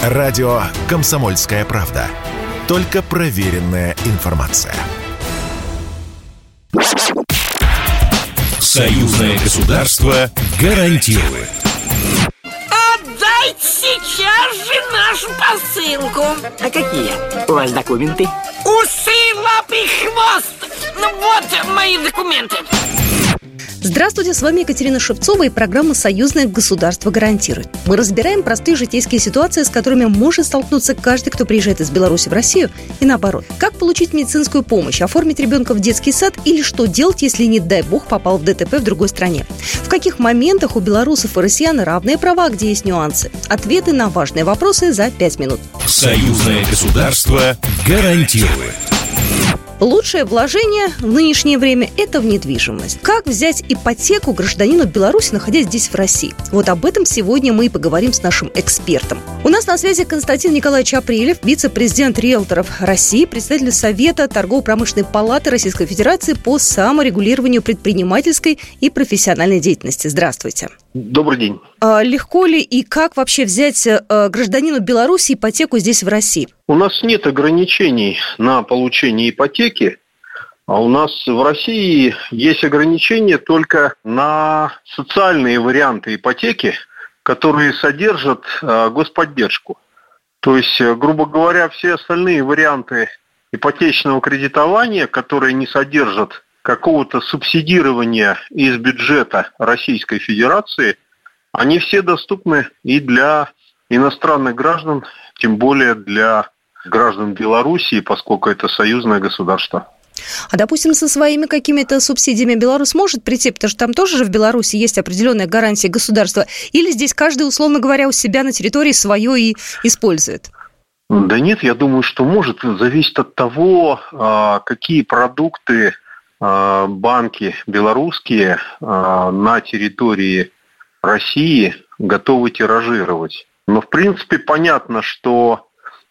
Радио «Комсомольская правда». Только проверенная информация. Союзное государство гарантирует. Отдайте сейчас же нашу посылку. А какие у вас документы? Усы, лапы, хвост. Ну вот мои документы. Здравствуйте, с вами Екатерина Шевцова и программа «Союзное государство гарантирует». Мы разбираем простые житейские ситуации, с которыми может столкнуться каждый, кто приезжает из Беларуси в Россию, и наоборот. Как получить медицинскую помощь, оформить ребенка в детский сад или что делать, если, не дай бог, попал в ДТП в другой стране. В каких моментах у белорусов и россиян равные права, где есть нюансы. Ответы на важные вопросы за 5 минут. Союзное государство гарантирует. Лучшее вложение в нынешнее время – это в недвижимость. Как взять ипотеку гражданину Беларуси, находясь здесь, в России? Вот об этом сегодня мы и поговорим с нашим экспертом. У нас на связи Константин Николаевич Апрелев, вице-президент риэлторов России, председатель Совета Торгово-промышленной палаты Российской Федерации по саморегулированию предпринимательской и профессиональной деятельности. Здравствуйте. Добрый день. Легко ли и как вообще взять гражданину Беларуси ипотеку здесь, в России? У нас нет ограничений на получение ипотеки, а у нас в России есть ограничения только на социальные варианты ипотеки, которые содержат господдержку. То есть, грубо говоря, все остальные варианты ипотечного кредитования, которые не содержат какого-то субсидирования из бюджета Российской Федерации, они все доступны и для иностранных граждан, тем более для граждан Белоруссии, поскольку это союзное государство. А, допустим, со своими какими-то субсидиями Беларусь может прийти, потому что там тоже же в Беларуси есть определенная гарантия государства, или здесь каждый, условно говоря, у себя на территории свое и использует? Да нет, я думаю, что может. Зависит от того, какие продукты банки белорусские на территории России готовы тиражировать. Но, в принципе, понятно, что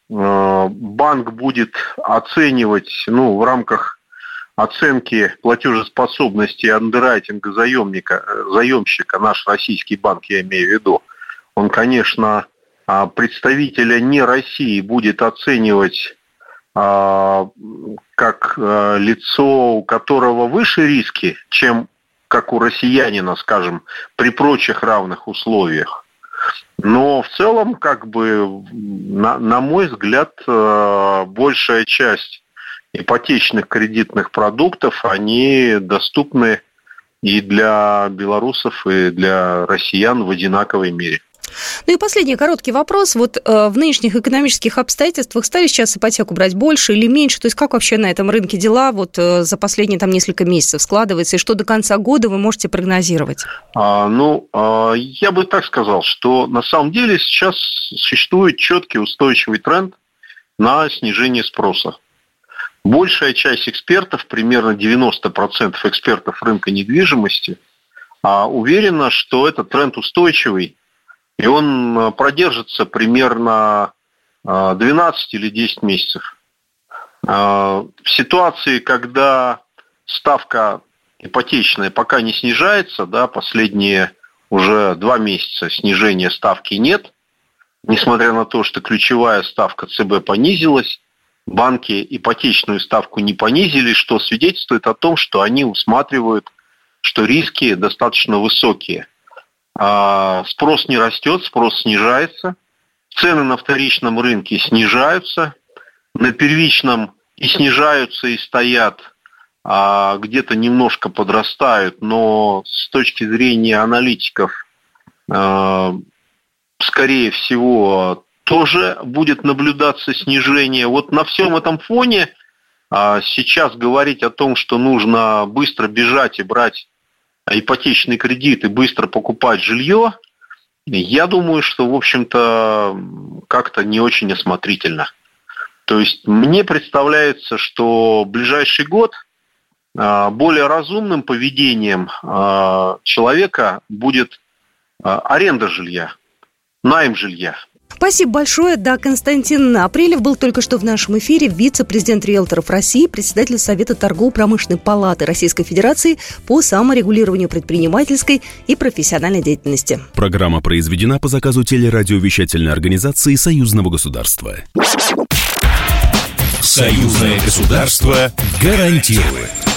банк будет оценивать, в рамках оценки платежеспособности и андеррайтинга заемщика, наш российский банк, я имею в виду, он, конечно, представителя не России будет оценивать как лицо, у которого выше риски, чем как у россиянина, скажем, при прочих равных условиях. Но в целом, на мой взгляд, большая часть ипотечных кредитных продуктов, они доступны и для белорусов, и для россиян в одинаковой мере. Ну и последний короткий вопрос. Вот в нынешних экономических обстоятельствах стали сейчас ипотеку брать больше или меньше? То есть как вообще на этом рынке дела за последние несколько месяцев складывается? И что до конца года вы можете прогнозировать? Я бы так сказал, что на самом деле сейчас существует четкий устойчивый тренд на снижение спроса. Большая часть экспертов, примерно 90% экспертов рынка недвижимости, уверена, что этот тренд устойчивый, и он продержится примерно 12 или 10 месяцев. В ситуации, когда ставка ипотечная пока не снижается, последние уже 2 месяца снижения ставки нет, несмотря на то, что ключевая ставка ЦБ понизилась, банки ипотечную ставку не понизили, что свидетельствует о том, что они усматривают, что риски достаточно высокие. Спрос не растет, спрос снижается, цены на вторичном рынке снижаются, на первичном и снижаются, и стоят, где-то немножко подрастают, но с точки зрения аналитиков, скорее всего, тоже будет наблюдаться снижение. Вот на всем этом фоне сейчас говорить о том, что нужно быстро бежать и брать ипотечный кредит и быстро покупать жилье, я думаю, что, в общем-то, как-то не очень осмотрительно. То есть мне представляется, что ближайший год более разумным поведением человека будет аренда жилья, найм жилья. Спасибо большое. Да, Константин Апрелев был только что в нашем эфире, вице-президент риэлторов России, председатель Совета торгово-промышленной палаты Российской Федерации по саморегулированию предпринимательской и профессиональной деятельности. Программа произведена по заказу телерадиовещательной организации Союзного государства. Союзное государство гарантирует.